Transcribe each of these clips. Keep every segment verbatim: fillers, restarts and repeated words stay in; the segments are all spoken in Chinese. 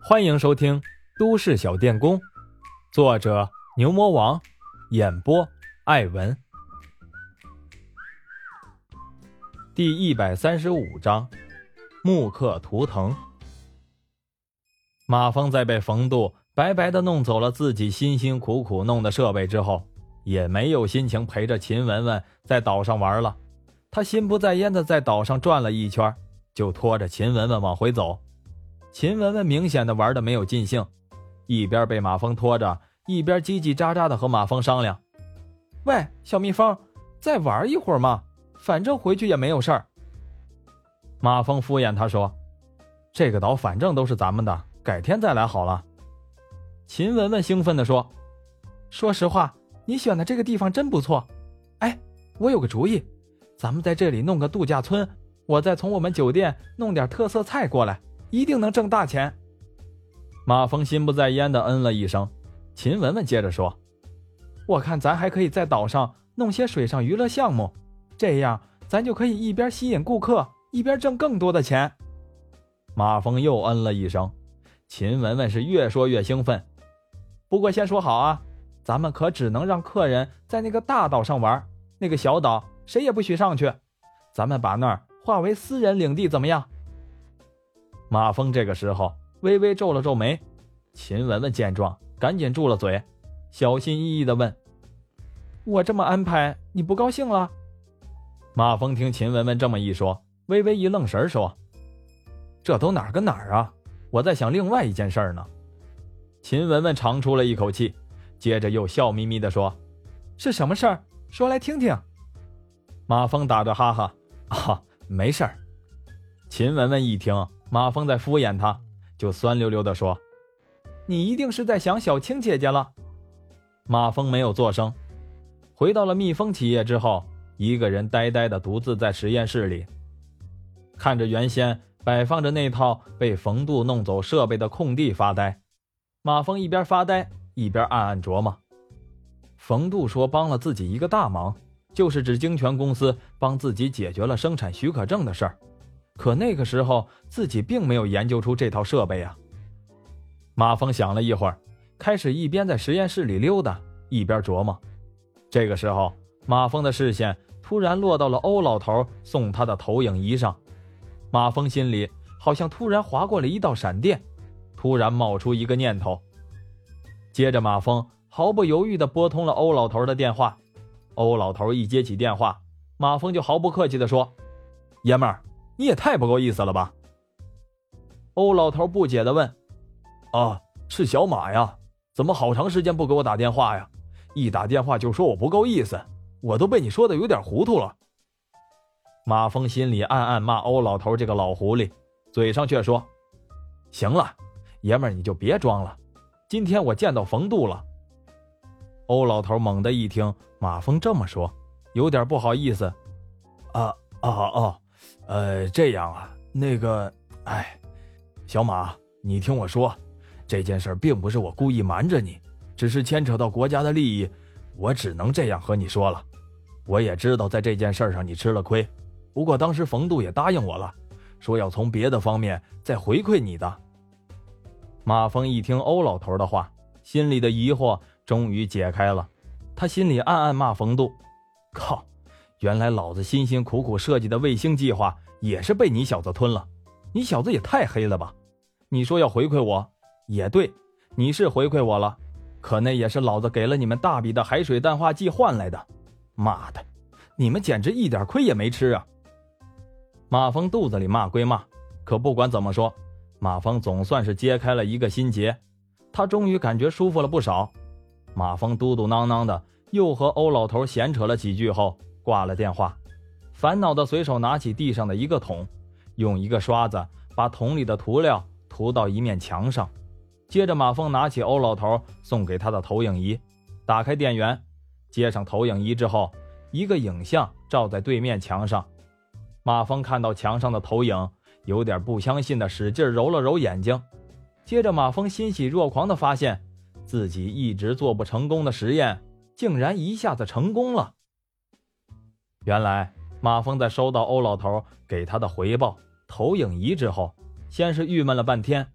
欢迎收听都市小电工，作者牛魔王，演播艾文。第一百三十五章木刻图腾。马蜂在被冯度白白地弄走了自己辛辛苦苦弄的设备之后，也没有心情陪着秦雯雯在岛上玩了。他心不在焉地在岛上转了一圈，就拖着秦雯雯往回走。秦雯雯明显的玩的没有尽兴，一边被马蜂拖着，一边叽叽喳喳的和马蜂商量：喂，小蜜蜂，再玩一会儿嘛，反正回去也没有事儿。马蜂敷衍他说：这个岛反正都是咱们的，改天再来好了。秦雯雯兴奋地说：说实话，你选的这个地方真不错。哎，我有个主意，咱们在这里弄个度假村，我再从我们酒店弄点特色菜过来，一定能挣大钱。马蜂心不在焉地嗯了一声。秦雯雯接着说：我看咱还可以在岛上弄些水上娱乐项目，这样咱就可以一边吸引顾客，一边挣更多的钱。马蜂又嗯了一声。秦雯雯是越说越兴奋。不过先说好啊，咱们可只能让客人在那个大岛上玩，那个小岛谁也不许上去，咱们把那儿划为私人领地怎么样？马蜂这个时候微微皱了皱眉。秦雯雯见状赶紧住了嘴，小心翼翼地问：我这么安排你不高兴了？马蜂听秦雯雯这么一说，微微一愣神说：这都哪儿跟哪儿啊，我在想另外一件事儿呢。秦雯雯长出了一口气，接着又笑眯眯地说：是什么事儿？说来听听。马蜂打着哈哈：啊，没事儿。秦雯雯一听马蜂在敷衍他，就酸溜溜地说：你一定是在想小青姐姐了。马蜂没有作声。回到了蜜蜂企业之后，一个人呆呆地独自在实验室里，看着原先摆放着那套被冯度弄走设备的空地发呆。马蜂一边发呆一边暗暗琢磨，冯度说帮了自己一个大忙，就是指精泉公司帮自己解决了生产许可证的事儿，可那个时候自己并没有研究出这套设备啊。马蜂想了一会儿，开始一边在实验室里溜达，一边琢磨。这个时候马蜂的视线突然落到了欧老头送他的投影仪上，马蜂心里好像突然划过了一道闪电，突然冒出一个念头。接着马蜂毫不犹豫地拨通了欧老头的电话。欧老头一接起电话，马蜂就毫不客气地说：爷们儿，你也太不够意思了吧。欧老头不解地问：啊，是小马呀，怎么好长时间不给我打电话呀？一打电话就说我不够意思，我都被你说的有点糊涂了。马蜂心里暗暗骂欧老头这个老狐狸，嘴上却说：行了，爷们儿你就别装了，今天我见到冯度了。欧老头猛地一听马蜂这么说，有点不好意思。啊啊哦，呃，这样啊，那个，哎，小马，你听我说，这件事并不是我故意瞒着你，只是牵扯到国家的利益，我只能这样和你说了。我也知道在这件事上你吃了亏，不过当时冯度也答应我了，说要从别的方面再回馈你的。马蜂一听欧老头的话，心里的疑惑终于解开了。他心里暗暗骂冯度：靠，原来老子辛辛苦苦设计的卫星计划也是被你小子吞了，你小子也太黑了吧。你说要回馈我，也对，你是回馈我了，可那也是老子给了你们大笔的海水淡化剂换来的，妈的，你们简直一点亏也没吃啊。马蜂肚子里骂归骂，可不管怎么说，马蜂总算是揭开了一个心结，他终于感觉舒服了不少。马蜂嘟嘟囔囔的又和欧老头闲扯了几句后挂了电话，烦恼的随手拿起地上的一个桶，用一个刷子把桶里的涂料涂到一面墙上。接着马蜂拿起欧老头送给他的投影仪，打开电源，接上投影仪之后，一个影像照在对面墙上。马蜂看到墙上的投影，有点不相信的使劲揉了揉眼睛。接着马蜂欣喜若狂地发现，自己一直做不成功的实验竟然一下子成功了。原来马蜂在收到欧老头给他的回报投影仪之后，先是郁闷了半天，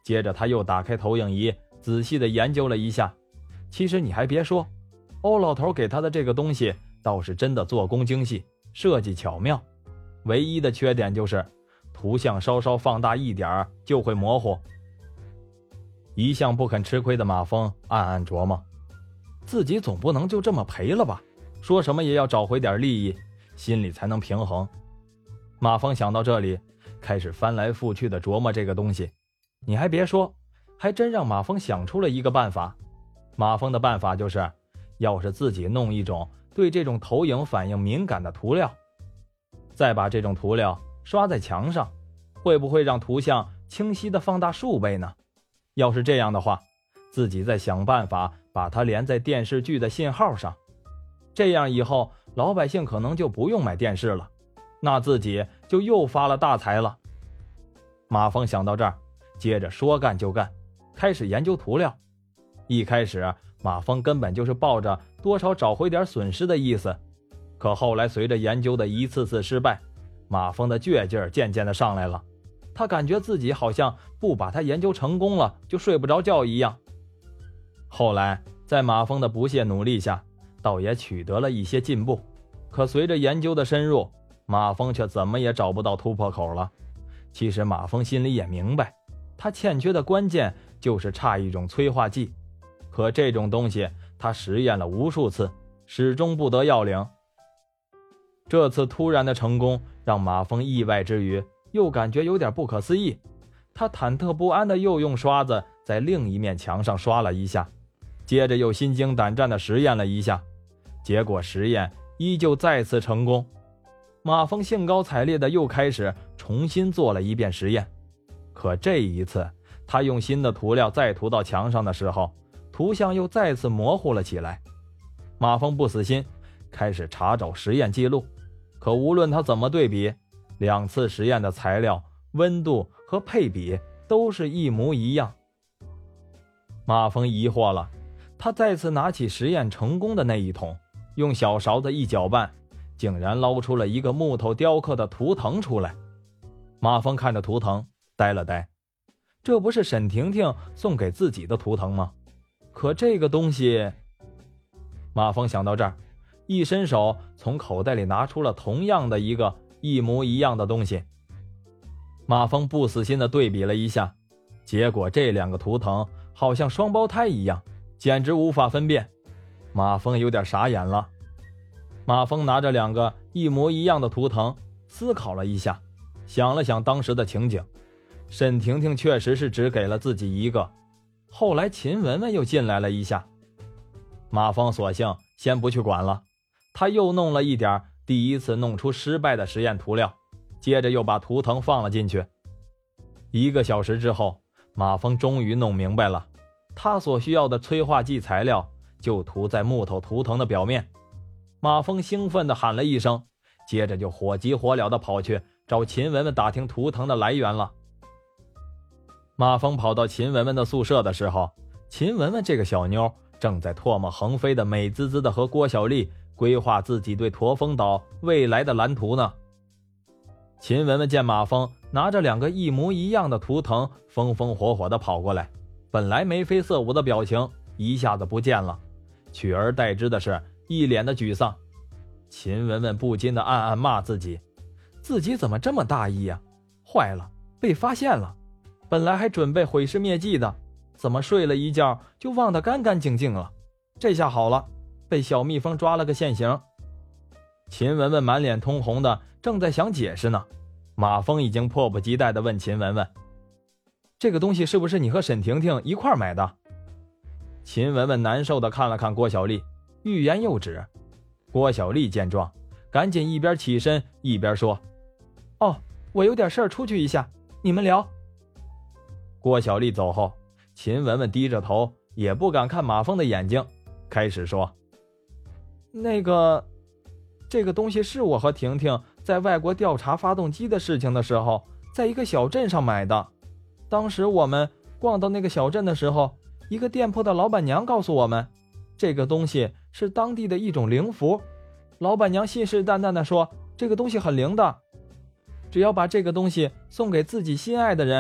接着他又打开投影仪，仔细地研究了一下。其实你还别说，欧老头给他的这个东西倒是真的做工精细，设计巧妙。唯一的缺点就是图像稍稍放大一点就会模糊。一向不肯吃亏的马蜂暗暗琢磨，自己总不能就这么赔了吧，说什么也要找回点利益，心里才能平衡。马蜂想到这里，开始翻来覆去的琢磨这个东西。你还别说，还真让马蜂想出了一个办法。马蜂的办法就是，要是自己弄一种对这种投影反应敏感的涂料，再把这种涂料刷在墙上，会不会让图像清晰的放大数倍呢？要是这样的话，自己再想办法把它连在电视剧的信号上，这样以后老百姓可能就不用买电视了，那自己就又发了大财了。马蜂想到这儿，接着说干就干，开始研究涂料。一开始马蜂根本就是抱着多少找回点损失的意思，可后来随着研究的一次次失败，马蜂的倔劲儿渐渐的上来了。他感觉自己好像不把它研究成功了就睡不着觉一样。后来在马蜂的不懈努力下，倒也取得了一些进步，可随着研究的深入，马蜂却怎么也找不到突破口了。其实马蜂心里也明白，他欠缺的关键就是差一种催化剂，可这种东西他实验了无数次，始终不得要领。这次突然的成功让马蜂意外之余又感觉有点不可思议，他忐忑不安的又用刷子在另一面墙上刷了一下，接着又心惊胆战的实验了一下，结果实验依旧再次成功。马蜂兴高采烈的又开始重新做了一遍实验，可这一次他用新的涂料再涂到墙上的时候，图像又再次模糊了起来。马蜂不死心，开始查找实验记录，可无论他怎么对比，两次实验的材料、温度和配比都是一模一样。马蜂疑惑了，他再次拿起实验成功的那一桶，用小勺子一搅拌，竟然捞出了一个木头雕刻的图腾出来。马蜂看着图腾呆了呆，这不是沈婷婷送给自己的图腾吗？可这个东西……马蜂想到这儿，一伸手从口袋里拿出了同样的一个一模一样的东西。马蜂不死心地对比了一下，结果这两个图腾好像双胞胎一样，简直无法分辨。马蜂有点傻眼了。马蜂拿着两个一模一样的图腾，思考了一下，想了想当时的情景，沈婷婷确实是只给了自己一个。后来秦雯雯又进来了一下，马蜂索性先不去管了，他又弄了一点第一次弄出失败的实验涂料，接着又把图腾放了进去。一个小时之后，马蜂终于弄明白了，他所需要的催化剂材料就涂在木头图腾的表面。马蜂兴奋地喊了一声，接着就火急火燎地跑去找秦雯雯打听图腾的来源了。马蜂跑到秦雯雯的宿舍的时候，秦雯雯这个小妞正在唾沫横飞的美滋滋的和郭小丽规划自己对驼峰岛未来的蓝图呢。秦雯雯见马蜂拿着两个一模一样的图腾风风火火地跑过来，本来眉飞色舞的表情一下子不见了，取而代之的是一脸的沮丧。秦雯雯不禁地暗暗骂自己，自己怎么这么大意呀、啊？坏了，被发现了！本来还准备毁尸灭迹的，怎么睡了一觉就忘得干干净净了？这下好了，被小蜜蜂抓了个现行。秦雯雯满脸通红的正在想解释呢，马蜂已经迫不及待地问秦雯雯，这个东西是不是你和沈婷婷一块买的？秦雯雯难受地看了看郭小丽，欲言又止。郭小丽见状，赶紧一边起身一边说，哦，我有点事儿出去一下，你们聊。郭小丽走后，秦雯雯低着头也不敢看马蜂的眼睛，开始说，那个这个东西是我和婷婷在外国调查发动机的事情的时候，在一个小镇上买的。当时我们逛到那个小镇的时候，一个店铺的老板娘告诉我们，这个东西是当地的一种灵符。老板娘信誓旦旦地说，这个东西很灵的，只要把这个东西送给自己心爱的人，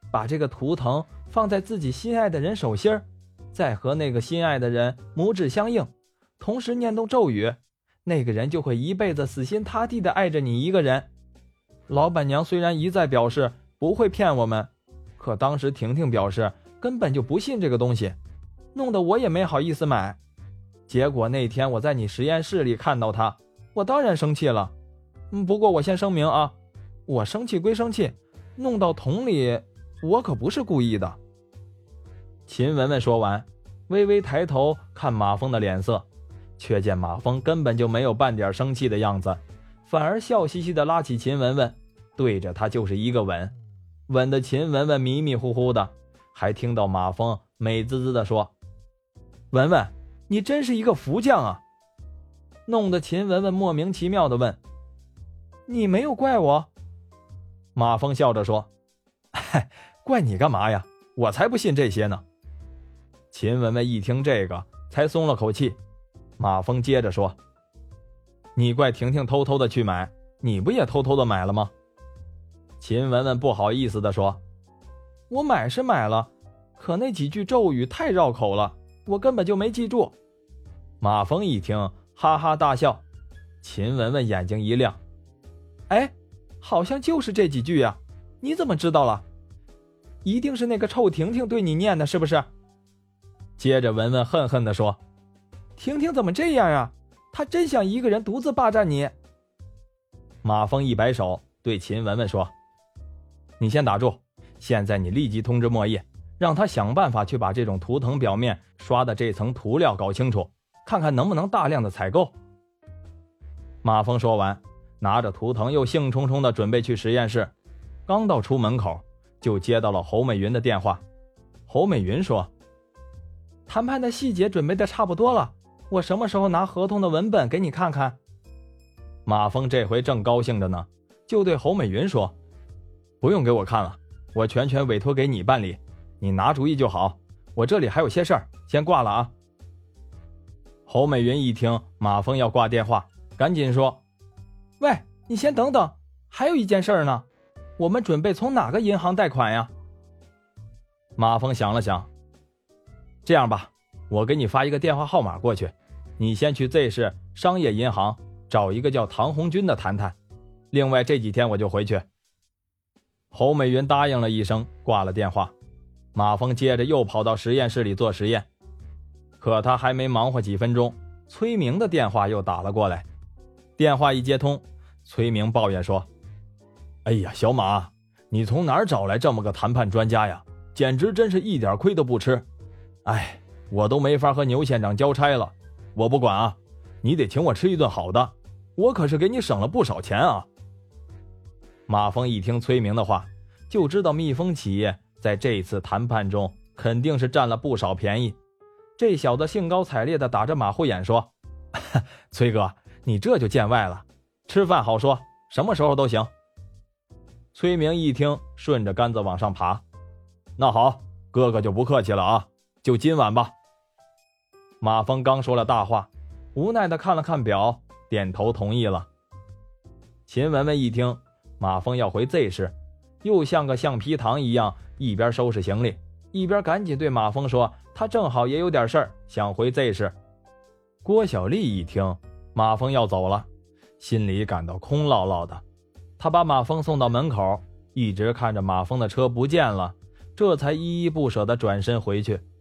把这个图腾放在自己心爱的人手心儿，再和那个心爱的人拇指相应，同时念动咒语，那个人就会一辈子死心塌地地爱着你一个人。老板娘虽然一再表示不会骗我们，可当时婷婷表示根本就不信这个东西，弄得我也没好意思买。结果那天我在你实验室里看到她，我当然生气了。嗯，不过我先声明啊，我生气归生气，弄到桶里我可不是故意的。秦雯雯说完，微微抬头看马蜂的脸色，却见马蜂根本就没有半点生气的样子，反而笑嘻嘻地拉起秦雯雯，对着她就是一个吻，吻得秦雯雯迷迷糊糊的，还听到马蜂美滋滋地说：“雯雯，你真是一个福将啊！”弄得秦雯雯莫名其妙地问：“你没有怪我？”马蜂笑着说：“嗨，怪你干嘛呀？我才不信这些呢。”秦雯雯一听这个，才松了口气。马蜂接着说：“你怪婷婷偷偷的去买，你不也偷偷的买了吗？”秦雯雯不好意思地说：“我买是买了，可那几句咒语太绕口了，我根本就没记住。”马蜂一听，哈哈大笑。秦雯雯眼睛一亮：“哎，好像就是这几句呀，你怎么知道了？一定是那个臭婷婷对你念的，是不是？”接着雯雯恨恨地说：“婷婷怎么这样啊？她真想一个人独自霸占你。”马蜂一摆手，对秦雯雯说：“你先打住，现在你立即通知莫叶，让他想办法去把这种图腾表面刷的这层涂料搞清楚，看看能不能大量的采购。”马蜂说完，拿着图腾又兴冲冲地准备去实验室，刚到出门口就接到了侯美云的电话。侯美云说：“谈判的细节准备的差不多了，我什么时候拿合同的文本给你看看？”马蜂这回正高兴着呢，就对侯美云说：“不用给我看了，我全权委托给你办理，你拿主意就好，我这里还有些事儿，先挂了啊。”侯美云一听马蜂要挂电话，赶紧说：“喂，你先等等，还有一件事呢，我们准备从哪个银行贷款呀？”马蜂想了想：“这样吧，我给你发一个电话号码过去，你先去 Z 市商业银行找一个叫唐红军的谈谈，另外这几天我就回去。”侯美云答应了一声，挂了电话。马蜂接着又跑到实验室里做实验，可他还没忙活几分钟，崔明的电话又打了过来。电话一接通，崔明抱怨说：“哎呀，小马，你从哪儿找来这么个谈判专家呀？简直真是一点亏都不吃。哎，我都没法和牛县长交差了，我不管啊，你得请我吃一顿好的，我可是给你省了不少钱啊。”马蜂一听崔明的话，就知道蜜蜂企业在这次谈判中肯定是占了不少便宜。这小子兴高采烈地打着马虎眼说：“崔哥，你这就见外了，吃饭好说，什么时候都行。”崔明一听，顺着杆子往上爬：“那好，哥哥就不客气了啊，就今晚吧。”马蜂刚说了大话，无奈地看了看表，点头同意了。秦雯雯一听马蜂要回 Z 市，又像个橡皮糖一样，一边收拾行李，一边赶紧对马蜂说他正好也有点事儿，想回 Z 市。郭小丽一听马蜂要走了，心里感到空落落的。他把马蜂送到门口，一直看着马蜂的车不见了，这才依依不舍地转身回去。